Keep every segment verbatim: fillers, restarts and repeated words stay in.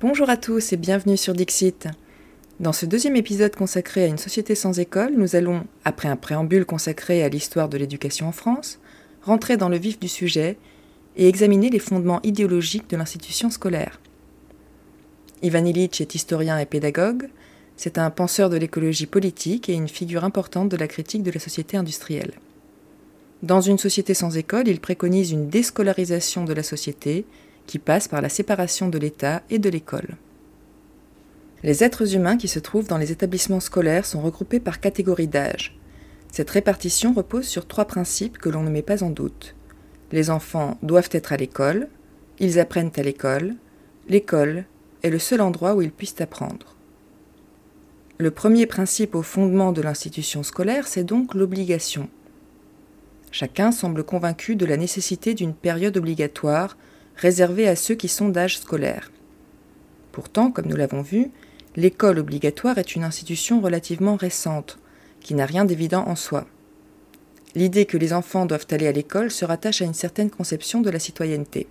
Bonjour à tous et bienvenue sur Dixit. Dans ce deuxième épisode consacré à une société sans école, nous allons, après un préambule consacré à l'histoire de l'éducation en France, rentrer dans le vif du sujet et examiner les fondements idéologiques de l'institution scolaire. Ivan Illich est historien et pédagogue. C'est un penseur de l'écologie politique et une figure importante de la critique de la société industrielle. Dans une société sans école, il préconise une déscolarisation de la société qui passe par la séparation de l'État et de l'école. Les êtres humains qui se trouvent dans les établissements scolaires sont regroupés par catégorie d'âge. Cette répartition repose sur trois principes que l'on ne met pas en doute. Les enfants doivent être à l'école, ils apprennent à l'école, l'école est le seul endroit où ils puissent apprendre. Le premier principe au fondement de l'institution scolaire, c'est donc l'obligation. Chacun semble convaincu de la nécessité d'une période obligatoire réservée à ceux qui sont d'âge scolaire. Pourtant, comme nous l'avons vu, l'école obligatoire est une institution relativement récente, qui n'a rien d'évident en soi. L'idée que les enfants doivent aller à l'école se rattache à une certaine conception de la citoyenneté.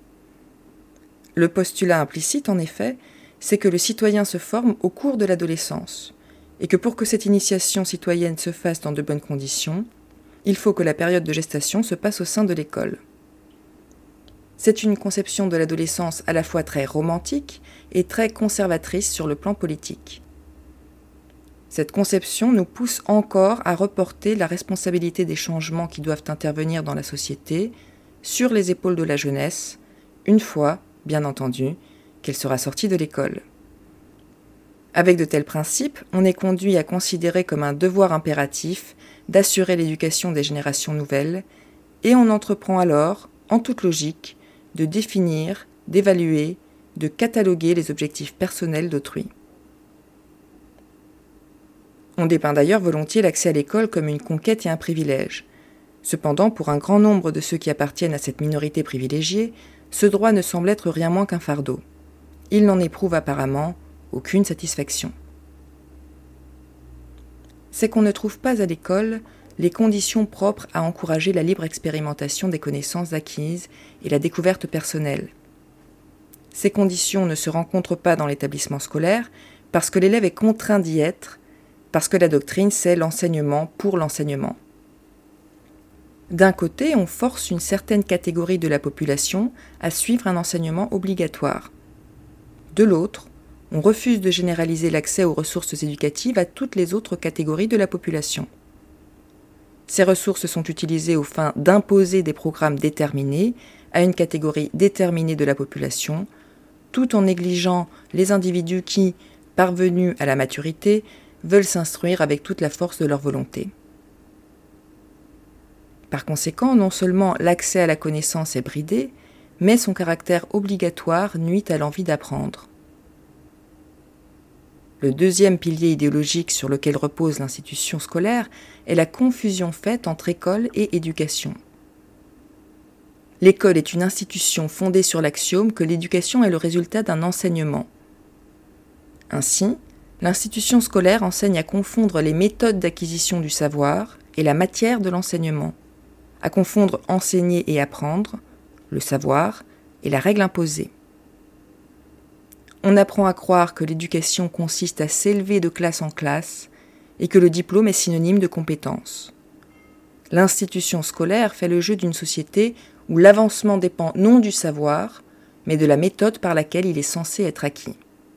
Le postulat implicite, en effet, c'est que le citoyen se forme au cours de l'adolescence, et que pour que cette initiation citoyenne se fasse dans de bonnes conditions, il faut que la période de gestation se passe au sein de l'école. C'est une conception de l'adolescence à la fois très romantique et très conservatrice sur le plan politique. Cette conception nous pousse encore à reporter la responsabilité des changements qui doivent intervenir dans la société sur les épaules de la jeunesse, une fois, bien entendu, qu'elle sera sortie de l'école. Avec de tels principes, on est conduit à considérer comme un devoir impératif d'assurer l'éducation des générations nouvelles, et on entreprend alors, en toute logique, de définir, d'évaluer, de cataloguer les objectifs personnels d'autrui. On dépeint d'ailleurs volontiers l'accès à l'école comme une conquête et un privilège. Cependant, pour un grand nombre de ceux qui appartiennent à cette minorité privilégiée, ce droit ne semble être rien moins qu'un fardeau. Ils n'en éprouvent apparemment aucune satisfaction. C'est qu'on ne trouve pas à l'école les conditions propres à encourager la libre expérimentation des connaissances acquises et la découverte personnelle. Ces conditions ne se rencontrent pas dans l'établissement scolaire parce que l'élève est contraint d'y être, parce que la doctrine, c'est l'enseignement pour l'enseignement. D'un côté, on force une certaine catégorie de la population à suivre un enseignement obligatoire. De l'autre, on refuse de généraliser l'accès aux ressources éducatives à toutes les autres catégories de la population. Ces ressources sont utilisées aux fins d'imposer des programmes déterminés à une catégorie déterminée de la population, tout en négligeant les individus qui, parvenus à la maturité, veulent s'instruire avec toute la force de leur volonté. Par conséquent, non seulement l'accès à la connaissance est bridé, mais son caractère obligatoire nuit à l'envie d'apprendre. Le deuxième pilier idéologique sur lequel repose l'institution scolaire est la confusion faite entre école et éducation. L'école est une institution fondée sur l'axiome que l'éducation est le résultat d'un enseignement. Ainsi, l'institution scolaire enseigne à confondre les méthodes d'acquisition du savoir et la matière de l'enseignement, à confondre enseigner et apprendre, le savoir et la règle imposée. On apprend à croire que l'éducation consiste à s'élever de classe en classe et que le diplôme est synonyme de compétence. L'institution scolaire fait le jeu d'une société où l'avancement dépend non du savoir, mais de la méthode par laquelle il est censé être acquis.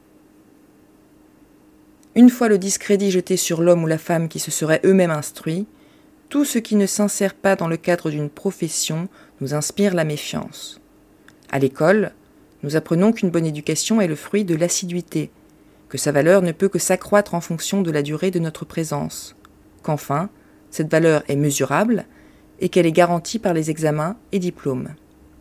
Une fois le discrédit jeté sur l'homme ou la femme qui se seraient eux-mêmes instruits, tout ce qui ne s'insère pas dans le cadre d'une profession nous inspire la méfiance. À l'école, nous apprenons qu'une bonne éducation est le fruit de l'assiduité, que sa valeur ne peut que s'accroître en fonction de la durée de notre présence, qu'enfin, cette valeur est mesurable et qu'elle est garantie par les examens et diplômes.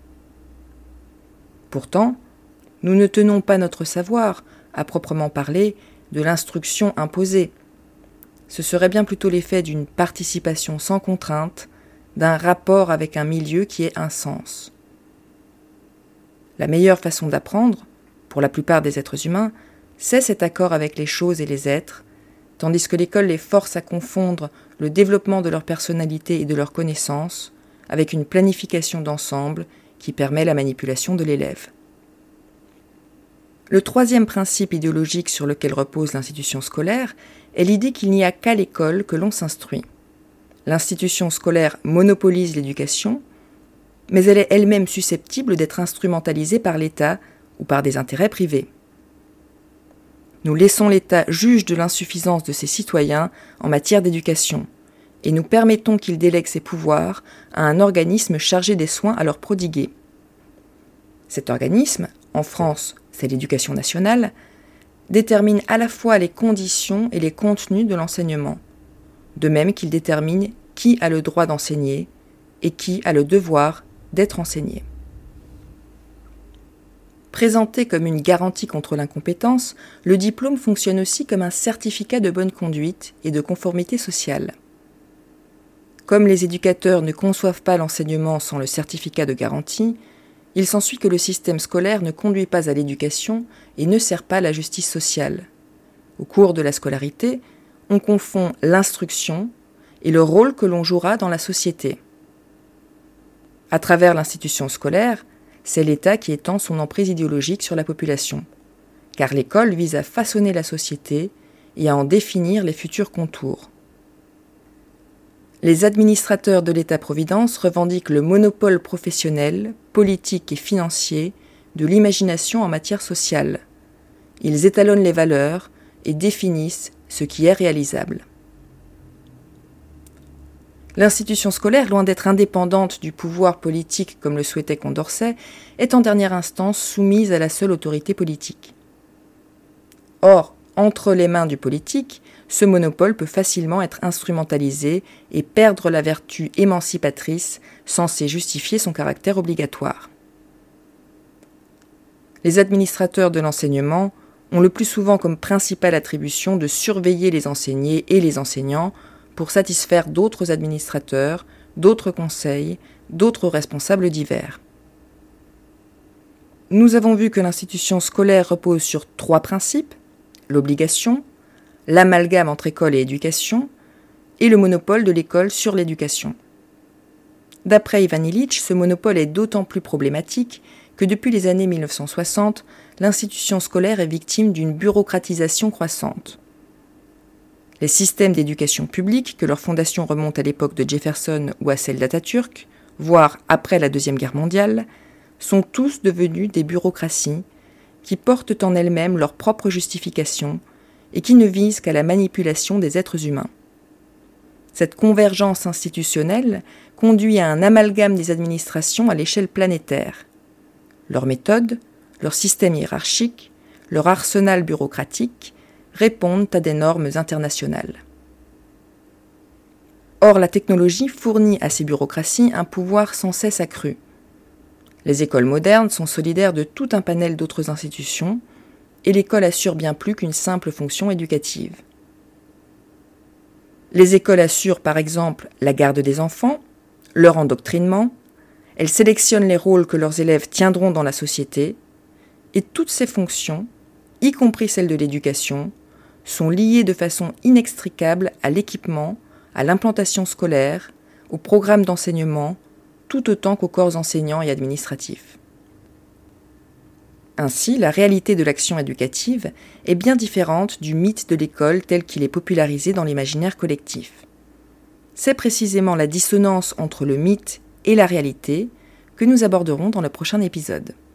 Pourtant, nous ne tenons pas notre savoir, à proprement parler, de l'instruction imposée. Ce serait bien plutôt l'effet d'une participation sans contrainte, d'un rapport avec un milieu qui est un sens. La meilleure façon d'apprendre, pour la plupart des êtres humains, c'est cet accord avec les choses et les êtres, tandis que l'école les force à confondre le développement de leur personnalité et de leurs connaissances avec une planification d'ensemble qui permet la manipulation de l'élève. Le troisième principe idéologique sur lequel repose l'institution scolaire est l'idée qu'il n'y a qu'à l'école que l'on s'instruit. L'institution scolaire monopolise l'éducation, mais elle est elle-même susceptible d'être instrumentalisée par l'État ou par des intérêts privés. Nous laissons l'État juge de l'insuffisance de ses citoyens en matière d'éducation, et nous permettons qu'il délègue ses pouvoirs à un organisme chargé des soins à leur prodiguer. Cet organisme, en France, c'est l'Éducation nationale, détermine à la fois les conditions et les contenus de l'enseignement, de même qu'il détermine qui a le droit d'enseigner et qui a le devoir d'être enseigné. Présenté comme une garantie contre l'incompétence, le diplôme fonctionne aussi comme un certificat de bonne conduite et de conformité sociale. Comme les éducateurs ne conçoivent pas l'enseignement sans le certificat de garantie, il s'ensuit que le système scolaire ne conduit pas à l'éducation et ne sert pas la justice sociale. Au cours de la scolarité, on confond l'instruction et le rôle que l'on jouera dans la société. À travers l'institution scolaire, c'est l'État qui étend son emprise idéologique sur la population, car l'école vise à façonner la société et à en définir les futurs contours. Les administrateurs de l'État-providence revendiquent le monopole professionnel, politique et financier de l'imagination en matière sociale. Ils étalonnent les valeurs et définissent ce qui est réalisable. L'institution scolaire, loin d'être indépendante du pouvoir politique comme le souhaitait Condorcet, est en dernière instance soumise à la seule autorité politique. Or, entre les mains du politique, ce monopole peut facilement être instrumentalisé et perdre la vertu émancipatrice censée justifier son caractère obligatoire. Les administrateurs de l'enseignement ont le plus souvent comme principale attribution de surveiller les enseignés et les enseignants pour satisfaire d'autres administrateurs, d'autres conseils, d'autres responsables divers. Nous avons vu que l'institution scolaire repose sur trois principes: l'obligation, l'amalgame entre école et éducation, et le monopole de l'école sur l'éducation. D'après Ivan Illich, ce monopole est d'autant plus problématique que depuis les années mille neuf cent soixante, l'institution scolaire est victime d'une bureaucratisation croissante. Les systèmes d'éducation publique, que leur fondation remonte à l'époque de Jefferson ou à celle d'Atatürk, voire après la Deuxième Guerre mondiale, sont tous devenus des bureaucraties qui portent en elles-mêmes leur propre justification et qui ne visent qu'à la manipulation des êtres humains. Cette convergence institutionnelle conduit à un amalgame des administrations à l'échelle planétaire. Leurs méthodes, leur système hiérarchique, leur arsenal bureaucratique répondent à des normes internationales. Or, la technologie fournit à ces bureaucraties un pouvoir sans cesse accru. Les écoles modernes sont solidaires de tout un panel d'autres institutions, et l'école assure bien plus qu'une simple fonction éducative. Les écoles assurent par exemple la garde des enfants, leur endoctrinement, elles sélectionnent les rôles que leurs élèves tiendront dans la société, et toutes ces fonctions, y compris celles de l'éducation, sont liées de façon inextricable à l'équipement, à l'implantation scolaire, au programme d'enseignement, tout autant qu'aux corps enseignants et administratifs. Ainsi, la réalité de l'action éducative est bien différente du mythe de l'école tel qu'il est popularisé dans l'imaginaire collectif. C'est précisément la dissonance entre le mythe et la réalité que nous aborderons dans le prochain épisode.